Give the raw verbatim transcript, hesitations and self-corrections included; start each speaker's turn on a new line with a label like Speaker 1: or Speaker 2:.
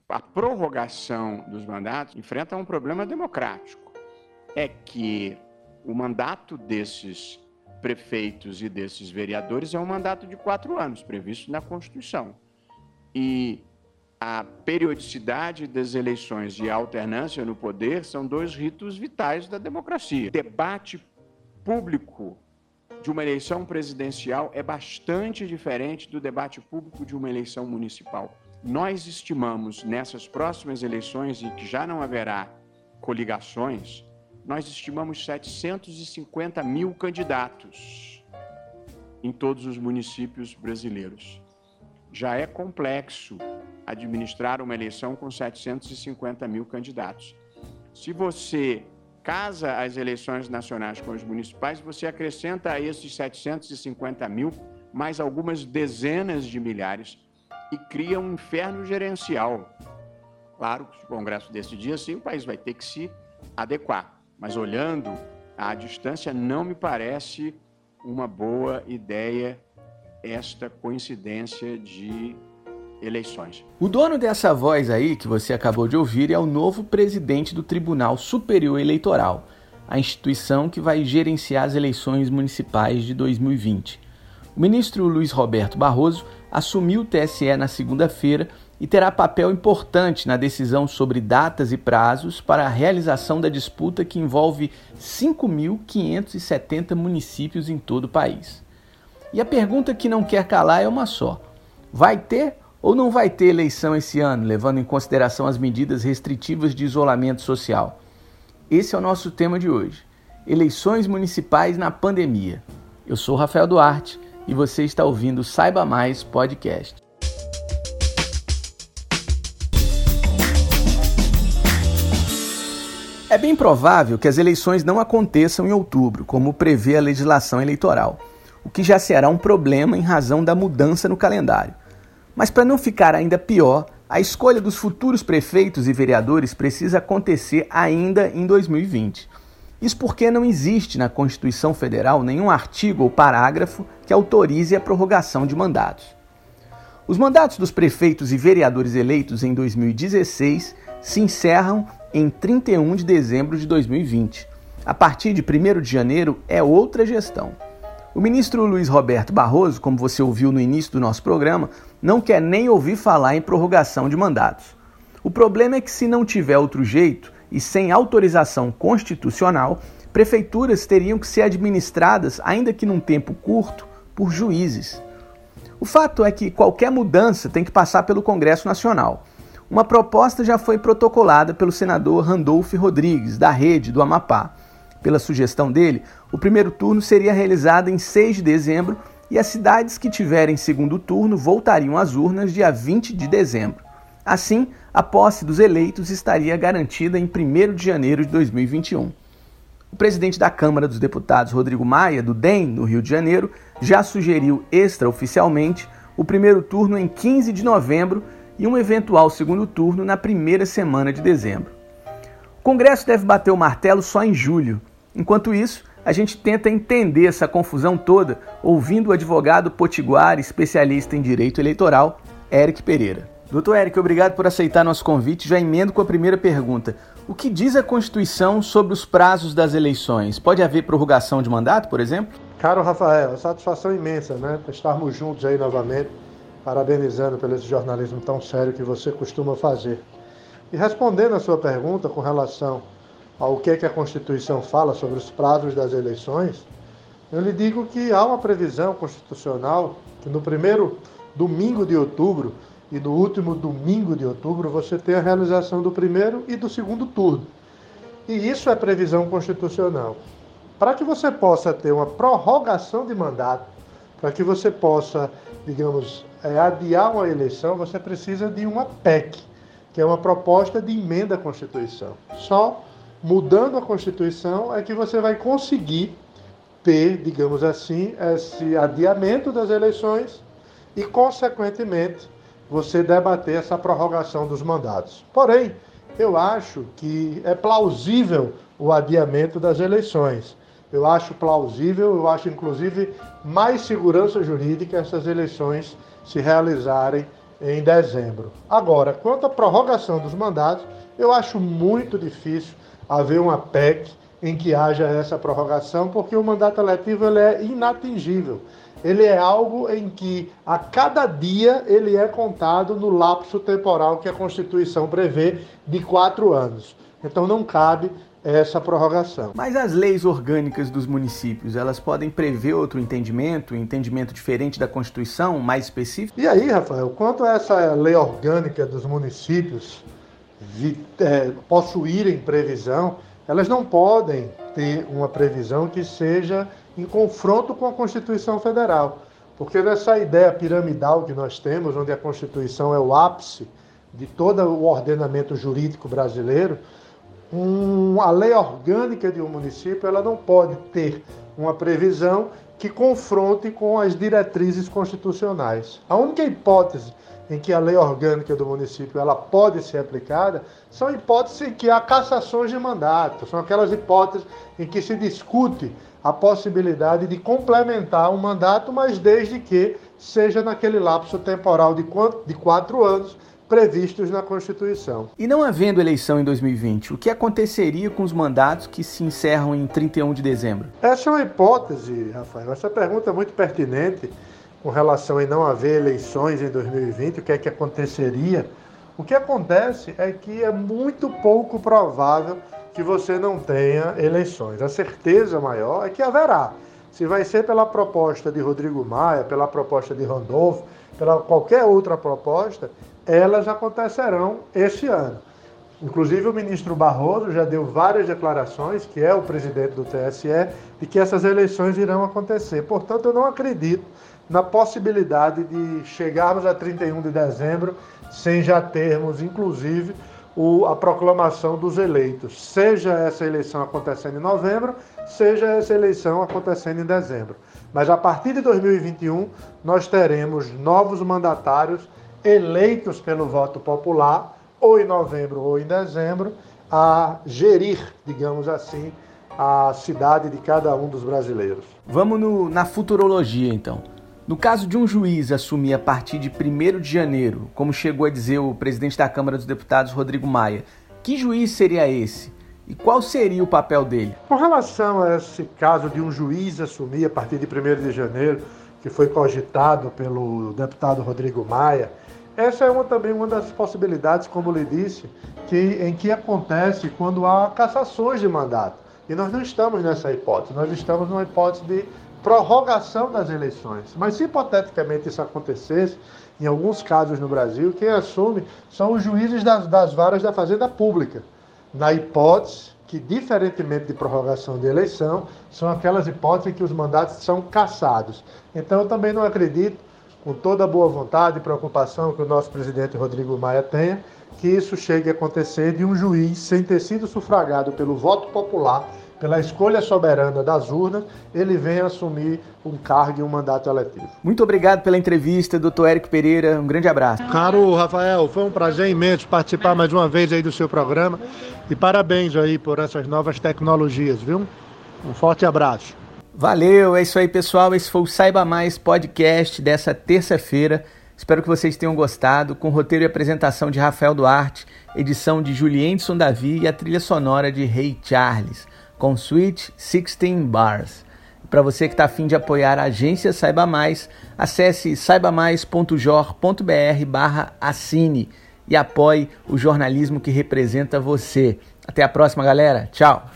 Speaker 1: a prorrogação dos mandatos enfrenta um problema democrático. É que o mandato desses prefeitos e desses vereadores é um mandato de quatro anos, previsto na Constituição. E a periodicidade das eleições e a alternância no poder são dois ritos vitais da democracia. O debate público de uma eleição presidencial é bastante diferente do debate público de uma eleição municipal. Nós estimamos, nessas próximas eleições, em que já não haverá coligações, nós estimamos setecentos e cinquenta mil candidatos em todos os municípios brasileiros. Já é complexo administrar uma eleição com setecentos e cinquenta mil candidatos. Se você casa as eleições nacionais com as municipais, você acrescenta a esses setecentos e cinquenta mil mais algumas dezenas de milhares e cria um inferno gerencial. Claro que se o Congresso decidir assim, o país vai ter que se adequar. Mas olhando à distância, não me parece uma boa ideia esta coincidência de eleições.
Speaker 2: O dono dessa voz aí que você acabou de ouvir é o novo presidente do Tribunal Superior Eleitoral, a instituição que vai gerenciar as eleições municipais de dois mil e vinte. O ministro Luiz Roberto Barroso assumiu o T S E na segunda-feira e terá papel importante na decisão sobre datas e prazos para a realização da disputa que envolve cinco mil quinhentos e setenta municípios em todo o país. E a pergunta que não quer calar é uma só: vai ter ou não vai ter eleição esse ano, levando em consideração as medidas restritivas de isolamento social? Esse é o nosso tema de hoje: eleições municipais na pandemia. Eu sou Rafael Duarte e você está ouvindo o Saiba Mais Podcast. É bem provável que as eleições não aconteçam em outubro, como prevê a legislação eleitoral, o que já será um problema em razão da mudança no calendário. Mas para não ficar ainda pior, a escolha dos futuros prefeitos e vereadores precisa acontecer ainda em dois mil e vinte. Isso porque não existe na Constituição Federal nenhum artigo ou parágrafo que autorize a prorrogação de mandatos. Os mandatos dos prefeitos e vereadores eleitos em dois mil e dezesseis se encerram em trinta e um de dezembro de dois mil e vinte. A partir de primeiro de janeiro é outra gestão. O ministro Luiz Roberto Barroso, como você ouviu no início do nosso programa, não quer nem ouvir falar em prorrogação de mandatos. O problema é que, se não tiver outro jeito e sem autorização constitucional, prefeituras teriam que ser administradas, ainda que num tempo curto, por juízes. O fato é que qualquer mudança tem que passar pelo Congresso Nacional. Uma proposta já foi protocolada pelo senador Randolfo Rodrigues, da Rede do Amapá. Pela sugestão dele, o primeiro turno seria realizado em seis de dezembro e as cidades que tiverem segundo turno voltariam às urnas dia vinte de dezembro. Assim, a posse dos eleitos estaria garantida em primeiro de janeiro de dois mil e vinte e um. O presidente da Câmara dos Deputados, Rodrigo Maia, do D E M, no Rio de Janeiro, já sugeriu extraoficialmente o primeiro turno em quinze de novembro e um eventual segundo turno na primeira semana de dezembro. O Congresso deve bater o martelo só em julho. Enquanto isso, a gente tenta entender essa confusão toda ouvindo o advogado potiguar, especialista em direito eleitoral, Éric Pereira. Doutor Éric, obrigado por aceitar nosso convite. Já emendo com a primeira pergunta. O que diz a Constituição sobre os prazos das eleições? Pode haver prorrogação de mandato, por exemplo?
Speaker 3: Caro Rafael, é satisfação imensa, né? Estarmos juntos aí novamente, parabenizando pelo esse jornalismo tão sério que você costuma fazer. E respondendo a sua pergunta com relação ao que, é que a Constituição fala sobre os prazos das eleições, eu lhe digo que há uma previsão constitucional que no primeiro domingo de outubro e no último domingo de outubro você tem a realização do primeiro e do segundo turno. E isso é previsão constitucional. Para que você possa ter uma prorrogação de mandato, para que você possa, digamos, é, adiar uma eleição, você precisa de uma P E C, que é uma proposta de emenda à Constituição. Só mudando a Constituição é que você vai conseguir ter, digamos assim, esse adiamento das eleições e, consequentemente, você debater essa prorrogação dos mandatos. Porém, eu acho que é plausível o adiamento das eleições. Eu acho plausível, eu acho inclusive mais segurança jurídica essas eleições se realizarem em dezembro. Agora, quanto à prorrogação dos mandatos, eu acho muito difícil haver uma P E C em que haja essa prorrogação, porque o mandato eletivo ele é inatingível. Ele é algo em que a cada dia ele é contado no lapso temporal que a Constituição prevê de quatro anos. Então não cabe essa prorrogação.
Speaker 2: Mas as leis orgânicas dos municípios, elas podem prever outro entendimento, um entendimento diferente da Constituição, mais específico?
Speaker 3: E aí, Rafael, quanto a essa lei orgânica dos municípios de, é, possuírem previsão, elas não podem ter uma previsão que seja em confronto com a Constituição Federal. Porque nessa ideia piramidal que nós temos, onde a Constituição é o ápice de todo o ordenamento jurídico brasileiro, um, a lei orgânica de um município ela não pode ter uma previsão que confronte com as diretrizes constitucionais. A única hipótese em que a lei orgânica do município ela pode ser aplicada são hipóteses em que há cassações de mandato, são aquelas hipóteses em que se discute a possibilidade de complementar um mandato, mas desde que seja naquele lapso temporal de, de quatro anos previstos na Constituição.
Speaker 2: E não havendo eleição em dois mil e vinte, o que aconteceria com os mandatos que se encerram em trinta e um de dezembro?
Speaker 3: Essa é uma hipótese, Rafael. Essa pergunta é muito pertinente com relação a não haver eleições em dois mil e vinte, o que é que aconteceria? O que acontece é que é muito pouco provável que você não tenha eleições. A certeza maior é que haverá. Se vai ser pela proposta de Rodrigo Maia, pela proposta de Randolfo, pela qualquer outra proposta, elas acontecerão este ano. Inclusive o ministro Barroso já deu várias declarações, que é o presidente do T S E, de que essas eleições irão acontecer. Portanto, eu não acredito na possibilidade de chegarmos a trinta e um de dezembro sem já termos, inclusive, o, a proclamação dos eleitos. Seja essa eleição acontecendo em novembro, seja essa eleição acontecendo em dezembro. Mas a partir de dois mil e vinte e um, nós teremos novos mandatários eleitos pelo voto popular, ou em novembro ou em dezembro, a gerir, digamos assim, a cidade de cada um dos brasileiros.
Speaker 2: Vamos no, na futurologia, então. No caso de um juiz assumir a partir de primeiro de janeiro, como chegou a dizer o presidente da Câmara dos Deputados, Rodrigo Maia, que juiz seria esse? E qual seria o papel dele?
Speaker 3: Com relação a esse caso de um juiz assumir a partir de primeiro de janeiro, que foi cogitado pelo deputado Rodrigo Maia, essa é uma, também uma das possibilidades, como lhe disse, que, em que acontece quando há cassações de mandato. E nós não estamos nessa hipótese, nós estamos numa hipótese de prorrogação das eleições. Mas se hipoteticamente isso acontecesse, em alguns casos no Brasil, quem assume são os juízes das, das varas da Fazenda Pública, na hipótese que, diferentemente de prorrogação de eleição, são aquelas hipóteses em que os mandatos são cassados. Então eu também não acredito, com toda a boa vontade e preocupação que o nosso presidente Rodrigo Maia tenha, que isso chegue a acontecer de um juiz, sem ter sido sufragado pelo voto popular, pela escolha soberana das urnas, ele venha assumir um cargo e um mandato eletivo.
Speaker 2: Muito obrigado pela entrevista, doutor Érico Pereira. Um grande abraço.
Speaker 3: Caro Rafael, foi um prazer imenso participar mais uma vez aí do seu programa e parabéns aí por essas novas tecnologias, viu? Um forte abraço.
Speaker 2: Valeu, é isso aí, pessoal. Esse foi o Saiba Mais Podcast dessa terça-feira. Espero que vocês tenham gostado, com roteiro e apresentação de Rafael Duarte, edição de Julienson Davi e a trilha sonora de Ray Charles, com Sweet sixteen Bars. Para você que está a fim de apoiar a agência Saiba Mais, acesse saibamais ponto jor ponto br barra assine e apoie o jornalismo que representa você. Até a próxima, galera. Tchau!